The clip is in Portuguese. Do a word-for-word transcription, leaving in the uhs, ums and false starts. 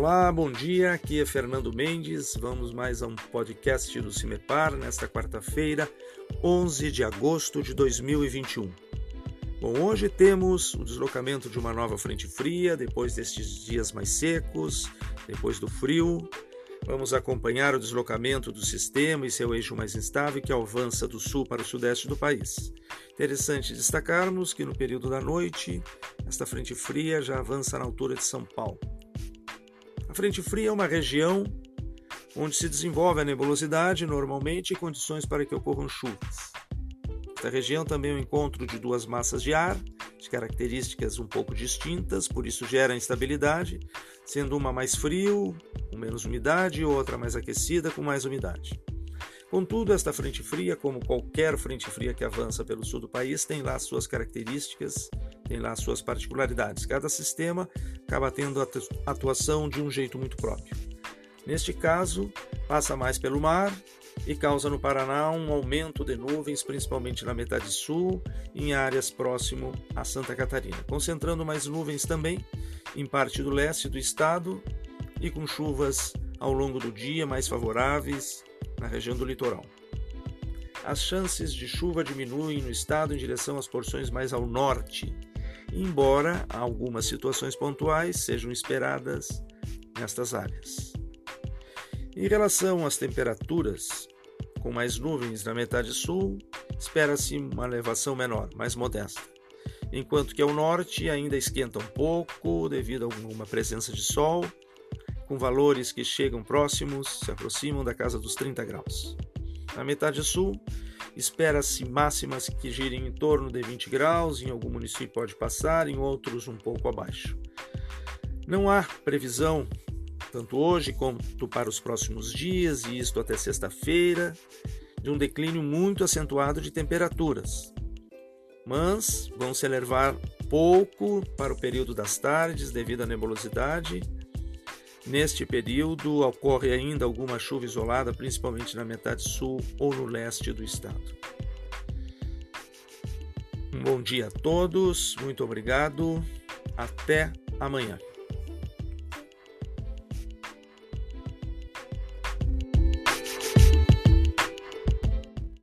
Olá, bom dia, aqui é Fernando Mendes, vamos mais a um podcast do CIMEPAR nesta quarta-feira, onze de agosto de dois mil e vinte e um. Bom, hoje temos o deslocamento de uma nova frente fria, depois destes dias mais secos, depois do frio. Vamos acompanhar o deslocamento do sistema e seu eixo mais instável que avança do sul para o sudeste do país. Interessante destacarmos que no período da noite, esta frente fria já avança na altura de São Paulo. A frente fria é uma região onde se desenvolve a nebulosidade normalmente e condições para que ocorram chuvas. Esta região também é o encontro de duas massas de ar, de características um pouco distintas, por isso gera instabilidade, sendo uma mais frio, com menos umidade, e outra mais aquecida, com mais umidade. Contudo, esta frente fria, como qualquer frente fria que avança pelo sul do país, tem lá suas características, tem lá suas particularidades. Cada sistema acaba tendo a atuação de um jeito muito próprio. Neste caso, passa mais pelo mar e causa no Paraná um aumento de nuvens, principalmente na metade sul e em áreas próximo a Santa Catarina, concentrando mais nuvens também em parte do leste do estado e com chuvas ao longo do dia mais favoráveis na região do litoral. As chances de chuva diminuem no estado em direção às porções mais ao norte, embora algumas situações pontuais sejam esperadas nestas áreas. Em relação às temperaturas, com mais nuvens na metade sul, espera-se uma elevação menor, mais modesta, enquanto que ao norte ainda esquenta um pouco devido a alguma presença de sol, com valores que chegam próximos, se aproximam da casa dos trinta graus. Na metade sul, espera-se máximas que girem em torno de vinte graus, em algum município pode passar, em outros um pouco abaixo. Não há previsão, tanto hoje quanto para os próximos dias, e isto até sexta-feira, de um declínio muito acentuado de temperaturas, mas vão se elevar pouco para o período das tardes devido à nebulosidade. Neste período ocorre ainda alguma chuva isolada, principalmente na metade sul ou no leste do estado. Um bom dia a todos, muito obrigado, até amanhã.